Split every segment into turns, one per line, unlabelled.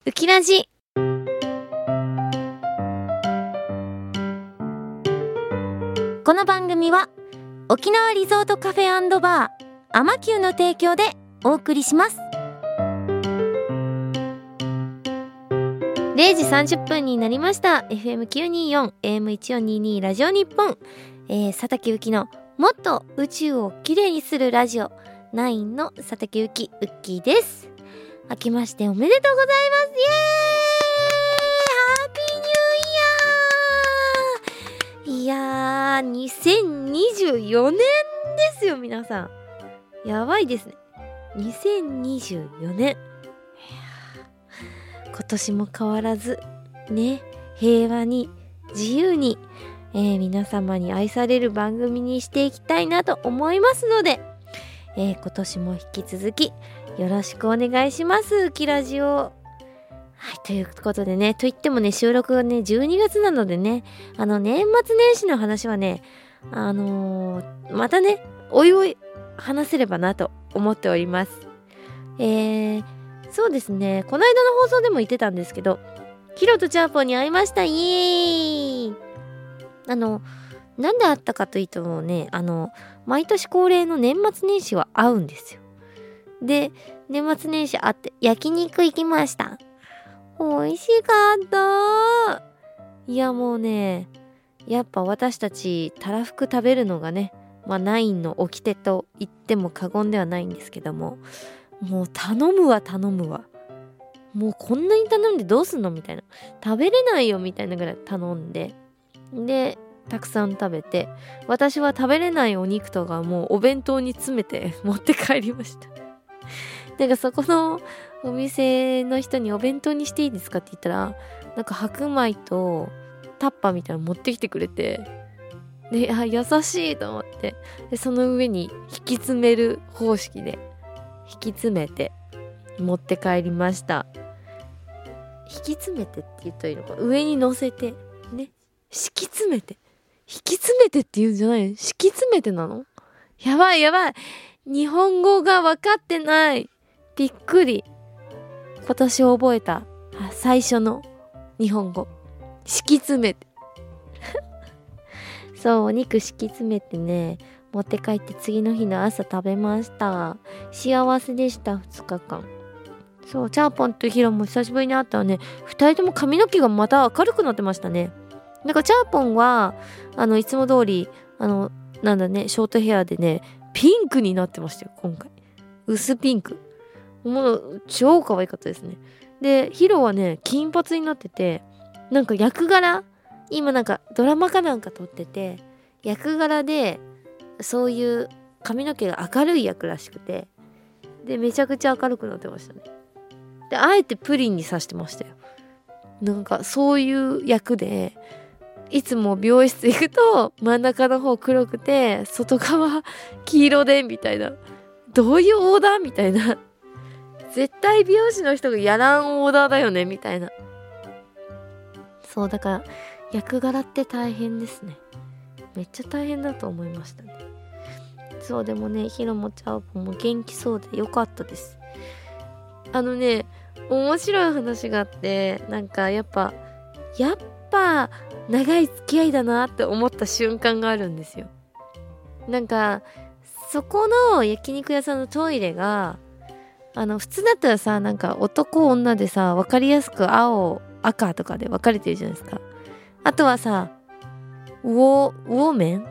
ウキラジ。この番組は沖縄リゾートカフェ&バーアマキューの提供でお送りします。0時30分になりました。 FM924 AM1422 ラジオ日本、佐竹うきのもっと宇宙をきれいにするラジオ9の佐竹うきウッキーです。明けましておめでとうございます。イエーイ、ハッピーニューイヤー。いやー、2024年ですよ皆さん。やばいですね。2024年、今年も変わらずね、平和に自由に、皆様に愛される番組にしていきたいなと思いますので、今年も引き続きよろしくお願いします。キラジオ。はい、ということでね、といってもね、収録がね12月なのでね、年末年始の話はね、またねおいおい話せればなと思っております。そうですね、この間の放送でも言ってたんですけど、ヒロとチャーポンに会いました。イエーイ。なんで会ったかというとね、毎年恒例の年末年始は会うんですよ。で、年末年始会って焼肉行きました。美味しかった。いやもうね、やっぱ私たちたらふく食べるのがね、ナインの掟と言っても過言ではないんですけども、もう頼むわ。もうこんなに頼んでどうすんのみたいな、食べれないよみたいなぐらい頼んで、でたくさん食べて、私は食べれないお肉とかもうお弁当に詰めて持って帰りました。なんかそこのお店の人にお弁当にしていいですかって言ったら、なんか白米とタッパーみたいなの持ってきてくれて、で、優しいと思って、でその上に引き詰める方式で引き詰めて持って帰りました。引き詰めてって言ったらいいのか、上に乗せてね、敷き詰めて、引き詰めてって言うんじゃない、敷き詰めてなの。やばい、日本語が分かってない。びっくり。今年覚えた最初の日本語、敷き詰めてそう、お肉敷き詰めてね、持って帰って次の日の朝食べました。幸せでした。2日間。そう、チャーポンとヒロも久しぶりに会ったらね、2人とも髪の毛がまた明るくなってましたね。なんかチャーポンはいつも通りなんだね、ショートヘアでね、ピンクになってましたよ今回。薄ピンク、もう超可愛かったですね。でヒロはね、金髪になってて、なんか役柄、今なんかドラマかなんか撮ってて、役柄でそういう髪の毛が明るい役らしくて、でめちゃくちゃ明るくなってましたね。であえてプリンにさしてましたよ。なんかそういう役で、いつも美容室行くと真ん中の方黒くて外側黄色でみたいな、どういうオーダーみたいな、絶対美容師の人がやらんオーダーだよねみたいな。そうだから役柄って大変ですね。めっちゃ大変だと思いましたね。そう、でもね、ヒロもチャーポンも元気そうでよかったです。面白い話があって、なんかやっぱ長い付き合いだなって思った瞬間があるんですよ。なんかそこの焼肉屋さんのトイレが普通だったらさ、なんか男女でさ分かりやすく青赤とかで分かれてるじゃないですか。あとはさウォーメン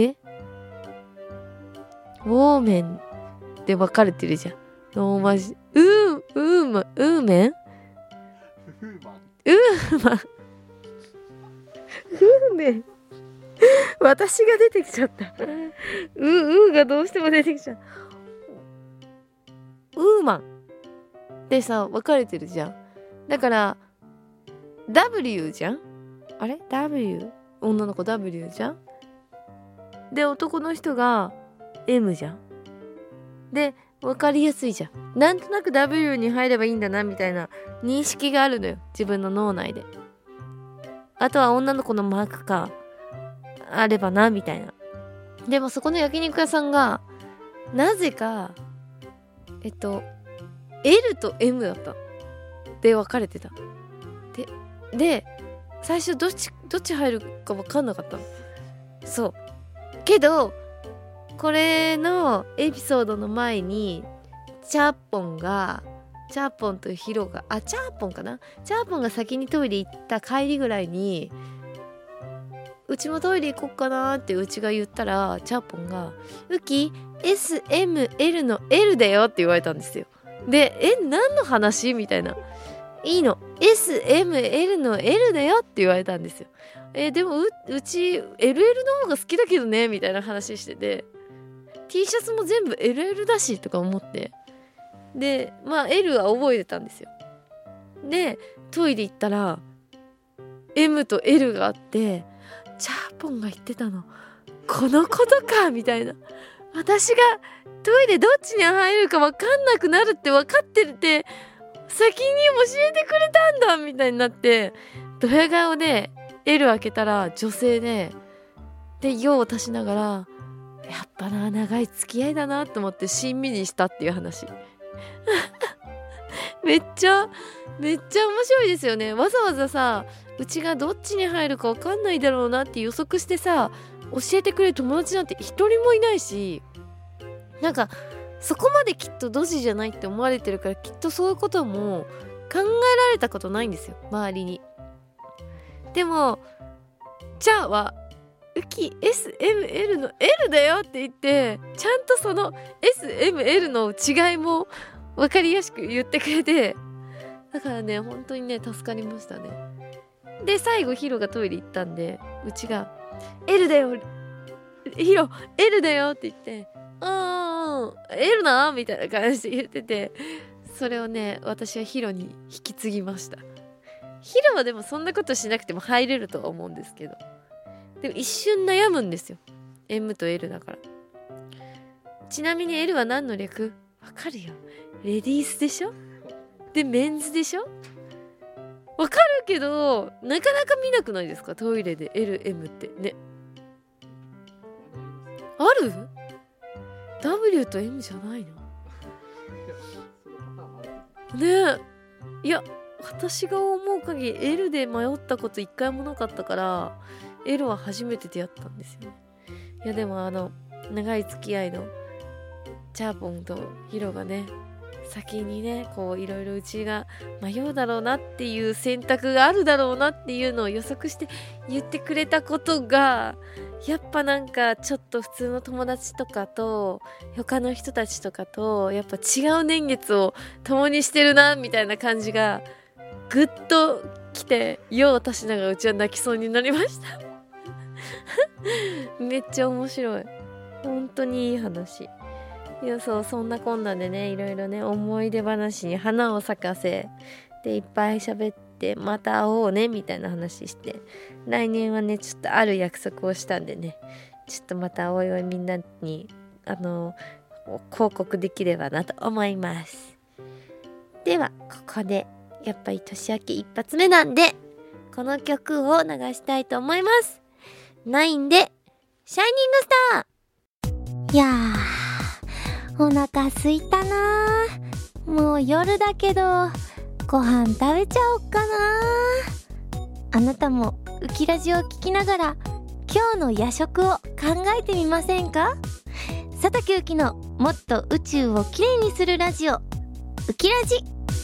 で分かれてるじゃん。ノーマジウーメン私が出てきちゃったがどうしても出てきちゃう。ウーマンでさ分かれてるじゃん。だから W じゃん。あれ W、 女の子 W じゃん。で男の人が M じゃん。で分かりやすいじゃん。なんとなく W に入ればいいんだなみたいな認識があるのよ、自分の脳内で。あとは女の子のマークかあればなみたいな。でもそこの焼肉屋さんがなぜかL と M だった。
で分かれてた。で最初どっち入るか分かんなかったの。そうけどこれのエピソードの前にチャーポンとヒロがチャーポンが先にトイレ行った帰りぐらいに、うちもトイレ行こっかなってうちが言ったら、チャーポンがウキ SML の L だよって言われたんですよ。で何の話みたいな。いいの SML の L だよって言われたんですよ。でもうち LL の方が好きだけどねみたいな話してて、 T シャツも全部 LL だしとか思って、でL は覚えてたんですよ。でトイレ行ったら M と L があって、チャーポンが言ってたのこのことかみたいな。私がトイレどっちに入るか分かんなくなるって分かってて先に教えてくれたんだみたいになって、ドヤ顔で L 開けたら女性で用を足しながら、やっぱな長い付き合いだなと思ってしんみりしたっていう話めっちゃ面白いですよね。わざわざさ、うちがどっちに入るか分かんないだろうなって予測してさ教えてくれる友達なんて一人もいないし、なんかそこまできっとドジじゃないって思われてるから、きっとそういうことも考えられたことないんですよ周りに。でもチャーはウキ SML の L だよって言って、ちゃんとその SML の違いも分かりやすく言ってくれて、だからね本当にね助かりましたね。で最後ヒロがトイレ行ったんで、うちが L だよヒロ L だよって言って、L なみたいな感じで言ってて、それをね私はヒロに引き継ぎました。ヒロはでもそんなことしなくても入れるとは思うんですけど、でも一瞬悩むんですよ M と L だから。ちなみに L は何の略わかるよ、レディースでしょ、でメンズでしょ、わかるけどなかなか見なくないですかトイレで LM ってね。ある？ W と M じゃないのねえ。いや私が思う限り L で迷ったこと一回もなかったから L は初めて出会ったんですよね。いやでも長い付き合いのチャーポンとヒロがね先にねこういろいろうちが迷うだろうなっていう選択があるだろうなっていうのを予測して言ってくれたことが、やっぱなんかちょっと普通の友達とかと他の人たちとかとやっぱ違う年月を共にしてるなみたいな感じがぐっと来て、用を足しながらうちは泣きそうになりましためっちゃ面白い、本当にいい話。いやそんなこんなでねいろいろね思い出話に花を咲かせでいっぱい喋って、また会おうねみたいな話して、来年はねちょっとある約束をしたんでね、ちょっとまたおいおいみんなに報告できればなと思います。ではここでやっぱり年明け一発目なんでこの曲を流したいと思います。9でシャイニングスター。いやーお腹すいたなー。もう夜だけどご飯食べちゃおっかなー。あなたもウキラジを聞きながら今日の夜食を考えてみませんか？佐竹ウキのもっと宇宙をきれいにするラジオ、ウキラジ。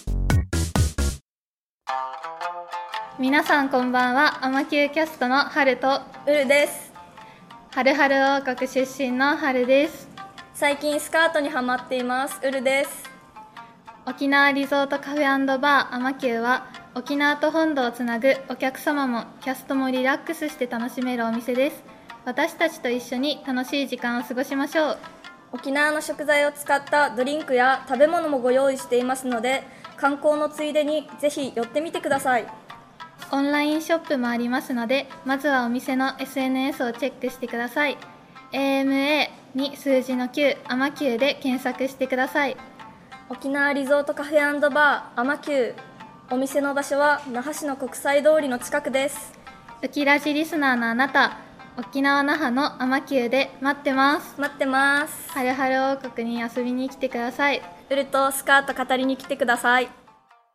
皆さんこんばんは。アマキューキャストの春と
ウルです。
はるはる王国出身の春です。
最近スカートにハマっています。ウルです。
沖縄リゾートカフェ&バーアマキューは沖縄と本土をつなぐお客様もキャストもリラックスして楽しめるお店です。私たちと一緒に楽しい時間を過ごしましょう。
沖縄の食材を使ったドリンクや食べ物もご用意していますので、観光のついでにぜひ寄ってみてください。
オンラインショップもありますので、まずはお店の SNS をチェックしてください。 AMA に数字の9アマキューで検索してください。
沖縄リゾートカフェ&バーアマキュー、お店の場所は那覇市の国際通りの近くです。
ウキラジリスナーのあなた、沖縄那覇のアマキューで待ってます。
待ってます。
はるはる王国に遊びに来てください。
ウルとスカート語りに来てください。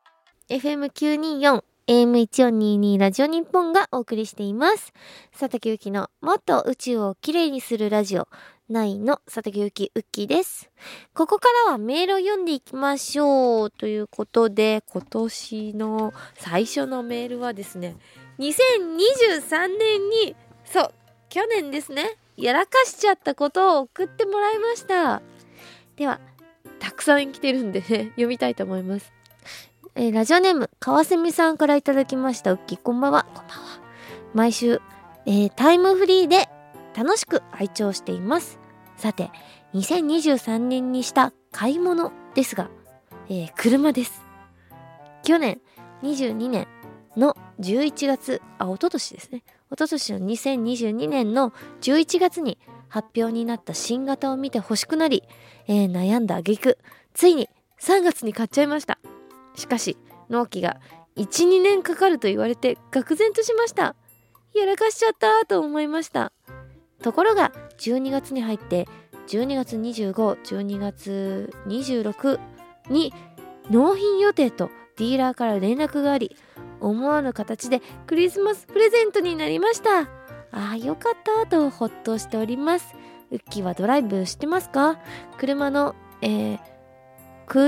FM924 AM1422 ラジオ日本がお送りしています。佐竹ゆきのもっと宇宙をきれいにするラジオ9の佐竹ゆきウッキーです。ここからはメールを読んでいきましょうということで、今年の最初のメールはですね、2023年に去年ですね、やらかしちゃったことを送ってもらいました。ではたくさん来てるんでね、読みたいと思います。ラジオネーム川蝉さんからいただきました。ウッキーこんばんは。こんばんは。毎週、タイムフリーで楽しく拝聴しています。さて2023年にした買い物ですが、車です。去年22年の11月一昨年ですね、一昨年の2022年の11月に発表になった新型を見て欲しくなり、悩んだ挙句ついに3月に買っちゃいました。しかし納期が 1,2 年かかると言われて愕然としました。やらかしちゃったと思いました。ところが12月に入って12月25、12月26に納品予定とディーラーから連絡があり、思わぬ形でクリスマスプレゼントになりました。よかったとほっとしております。ウッキーはドライブしてますか？車の種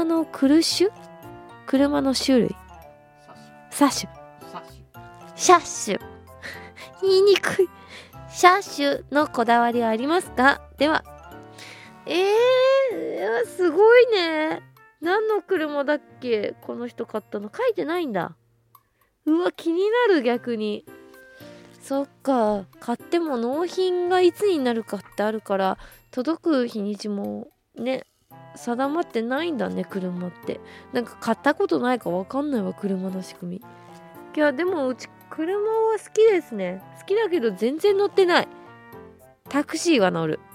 類、車種言いにくい車種のこだわりはありますか？ではすごいね。何の車だっけ、この人買ったの。書いてないんだ。うわ、気になる。逆にそっか、買っても納品がいつになるかってあるから、届く日にちもね定まってないんだね、車って。なんか買ったことないかわかんないわ、車の仕組み。いやでもうち車は好きですね。好きだけど全然乗ってない。タクシーは乗る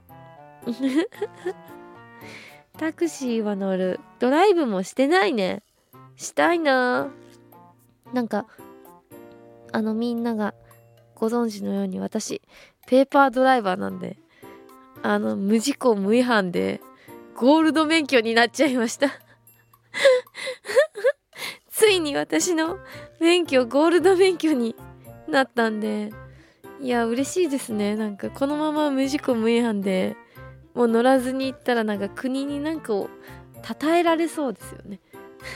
タクシーは乗る。ドライブもしてないね。したいな。なんかみんながご存知のように私ペーパードライバーなんで、無事故無違反でゴールド免許になっちゃいましたついに私の免許ゴールド免許になったんで、いや嬉しいですね。なんかこのまま無事故無違反でもう乗らずに行ったら、なんか国になんかを称えられそうですよね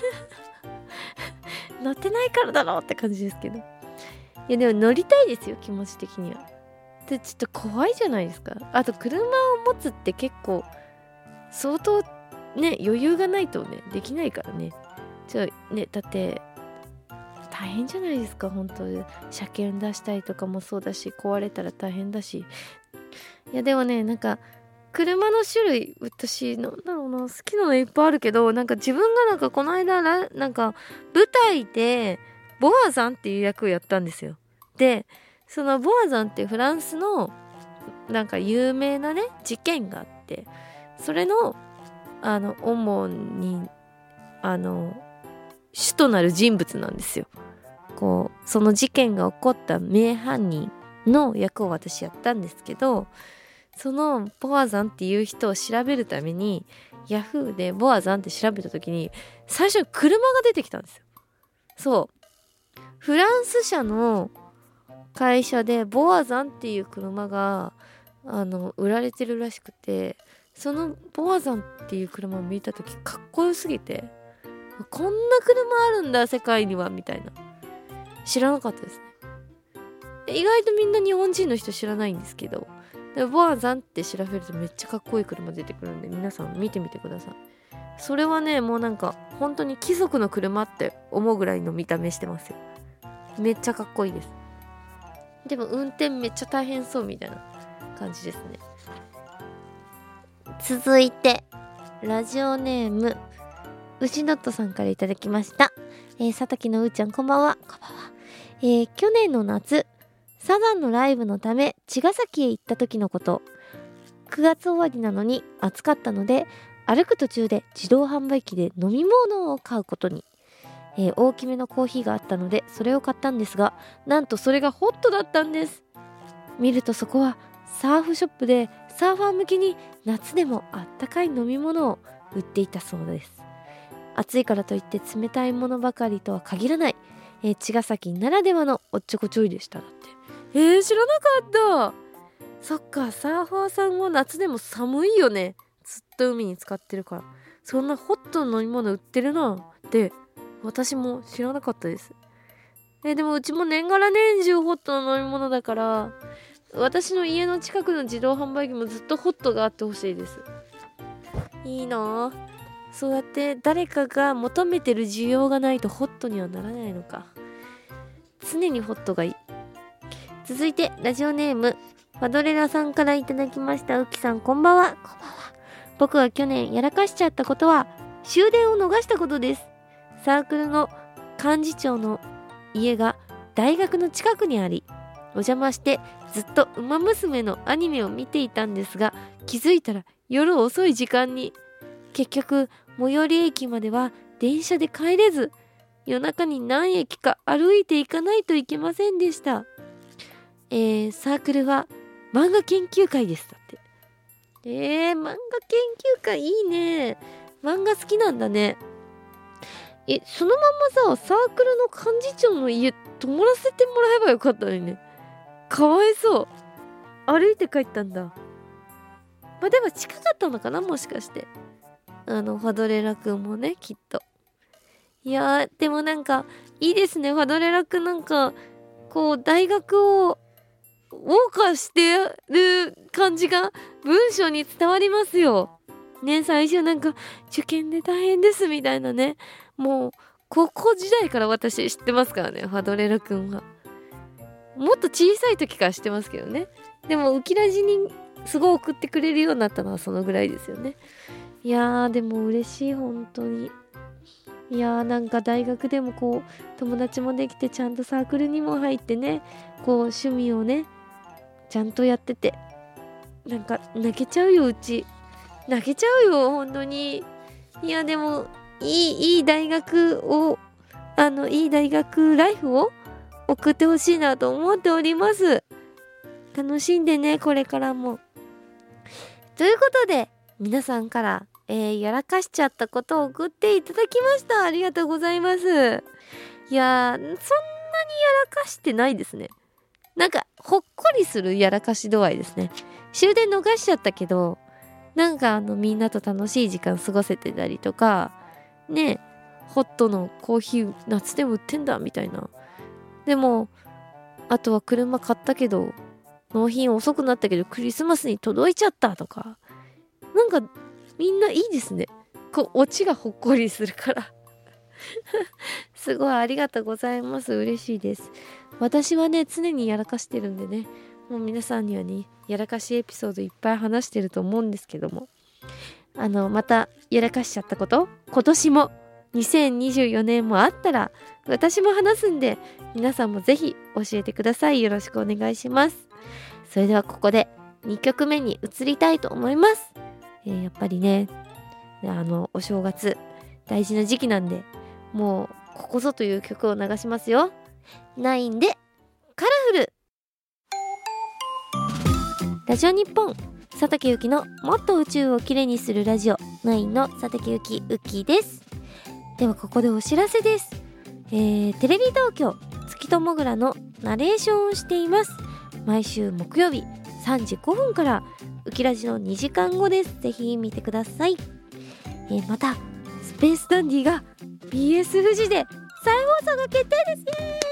乗ってないからだろうって感じですけど、いやでも乗りたいですよ、気持ち的には。でちょっと怖いじゃないですか。あと車を持つって結構相当ね余裕がないとねできないからね。だって大変じゃないですか、本当に。車検出したりとかもそうだし、壊れたら大変だし。いやでもね、なんか車の種類、私なんだろうな、好きなのいっぱいあるけど、なんか自分がなんかこの間なんか舞台でボアザンっていう役をやったんですよ。でそのボアザンってフランスのなんか有名なね事件があって、それの主に主となる人物なんですよ。こうその事件が起こった名犯人の役を私やったんですけど、そのボアザンっていう人を調べるためにヤフーでボアザンって調べた時に最初に車が出てきたんですよ。そうフランス車の会社でボアザンっていう車が売られてるらしくて、そのボアザンっていう車を見た時かっこよすぎて、こんな車あるんだ世界にはみたいな、知らなかったですね。意外とみんな日本人の人知らないんですけど、ボアザンって調べるとめっちゃかっこいい車出てくるんで、皆さん見てみてください。それはねもうなんか本当に貴族の車って思うぐらいの見た目してますよ。めっちゃかっこいいです。でも運転めっちゃ大変そうみたいな感じですね。続いてラジオネームうちのっとさんからいただきました。佐竹のうーちゃんこんばんは。こんばんは。去年の夏サザンのライブのため茅ヶ崎へ行った時のこと。9月終わりなのに暑かったので歩く途中で自動販売機で飲み物を買うことに。大きめのコーヒーがあったのでそれを買ったんですが、なんとそれがホットだったんです。見るとそこはサーフショップでサーファー向けに夏でもあったかい飲み物を売っていたそうです。
暑いからといって冷たいものばかりとは限らない、茅ヶ崎ならではのおっちょこちょいでした。だって知らなかった。そっか、サーファーさんは夏でも寒いよね。ずっと海に浸かってるから。そんなホットの飲み物売ってるなって私も知らなかったです。でもうちも年がら年中ホットの飲み物だから、私の家の近くの自動販売機もずっとホットがあってほしいです。いいなぁ。そうやって誰かが求めてる需要がないとホットにはならないのか。常にホットがいい。続いてラジオネームファドレラさんからいただきました。うきさん、こんばんは。こんばんは。僕が去年やらかしちゃったことは終電を逃したことです。サークルの幹事長の家が大学の近くにあり、お邪魔してずっとウマ娘のアニメを見ていたんですが、気づいたら夜遅い時間に。結局最寄り駅までは電車で帰れず、夜中に何駅か歩いていかないといけませんでした。サークルは漫画研究会です。だって。漫画研究会いいね。漫画好きなんだね。そのままさ、サークルの幹事長の家泊まらせてもらえばよかったのにね。かわいそう。歩いて帰ったんだ。まあでも近かったのかな、もしかして。ファドレラくんもね、きっと。いやー、でもなんかいいですね。ファドレラくんなんかこう大学を謳歌してる感じが文章に伝わりますよね。最初なんか受験で大変ですみたいなね。もう高校時代から私知ってますからね、ファドレラくんは。もっと小さい時から知ってますけどね。でもウキラジにすごい送ってくれるようになったのはそのぐらいですよね。いやー、でも嬉しい、本当に。いやー、なんか大学でもこう友達もできて、ちゃんとサークルにも入ってね、こう趣味をねちゃんとやってて、なんか泣けちゃうよ。うち泣けちゃうよ、本当に。いや、でもいい大学をいい大学ライフを送ってほしいなと思っております。楽しんでね、これからも。ということで皆さんからやらかしちゃったことを送っていただきました。ありがとうございます。いやー、そんなにやらかしてないですね。なんかほっこりするやらかし度合いですね。終電逃しちゃったけど、なんかみんなと楽しい時間過ごせてたりとかね、ホットのコーヒー夏でも売ってんだみたいな。でもあとは車買ったけど納品遅くなったけどクリスマスに届いちゃったとか、なんかみんないいですね。こうオチがほっこりするからすごいありがとうございます。嬉しいです。私はね、常にやらかしてるんでね、もう皆さんにはね、やらかしエピソードいっぱい話してると思うんですけども、またやらかしちゃったこと今年も2024年もあったら私も話すんで、皆さんもぜひ教えてください。よろしくお願いします。それではここで2曲目に移りたいと思います。やっぱりね、お正月大事な時期なんで、もうここぞという曲を流しますよ。9でカラフル。ラジオ日本佐竹ゆきのもっと宇宙をきれいにするラジオ9の佐竹ゆきうきです。ではここでお知らせです。テレビ東京月ともぐらのナレーションをしています。毎週木曜日3時5分からウキラジの2時間後です。ぜひ見てください。またスペースダンディが BS 富士で再放送が決定です。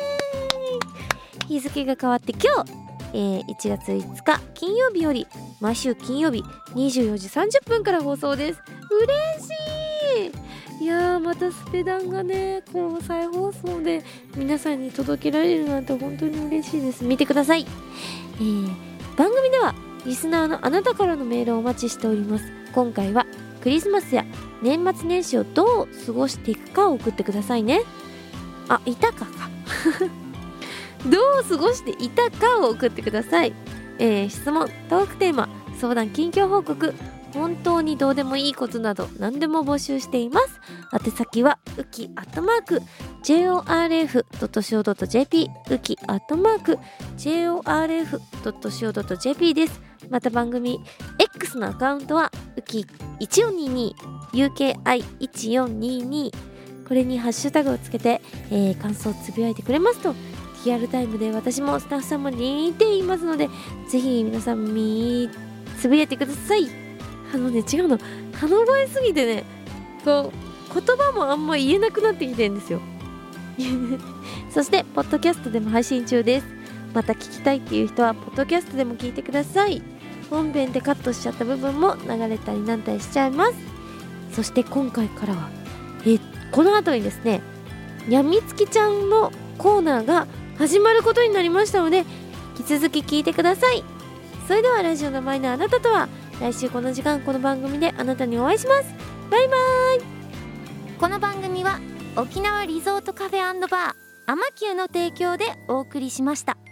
日付が変わって今日、1月5日金曜日より毎週金曜日24時30分から放送です。嬉しい。いやー、またスペダンがね、こう再放送で皆さんに届けられるなんて本当に嬉しいです。見てください。番組ではリスナーのあなたからのメールをお待ちしております。今回はクリスマスや年末年始をどう過ごしていくかを送ってくださいね。いたかどう過ごしていたかを送ってください。質問、トークテーマ、相談、近況報告、本当にどうでもいいことなど何でも募集しています。宛先はうき
jorf.co.jp ウキ@jorf.co.jp です。また番組 X のアカウントはウキ1422 UKI1422 これにハッシュタグをつけて、感想をつぶやいてくれますとリアルタイムで私もスタッフさんも見ていますので、ぜひ皆さんつぶやいてください。違うの鼻声すぎてね、こう言葉もあんま言えなくなってきてるんですよそしてポッドキャストでも配信中です。また聞きたいっていう人はポッドキャストでも聞いてください。本編でカットしちゃった部分も流れたりなんたりしちゃいます。そして今回からはこの後にですね、やみつきちゃんのコーナーが始まることになりましたので、引き続き聞いてください。それではラジオの前のあなたとは来週この時間この番組であなたにお会いします。バイバイ。この番組は沖縄リゾートカフェ&バーアマキューの提供でお送りしました。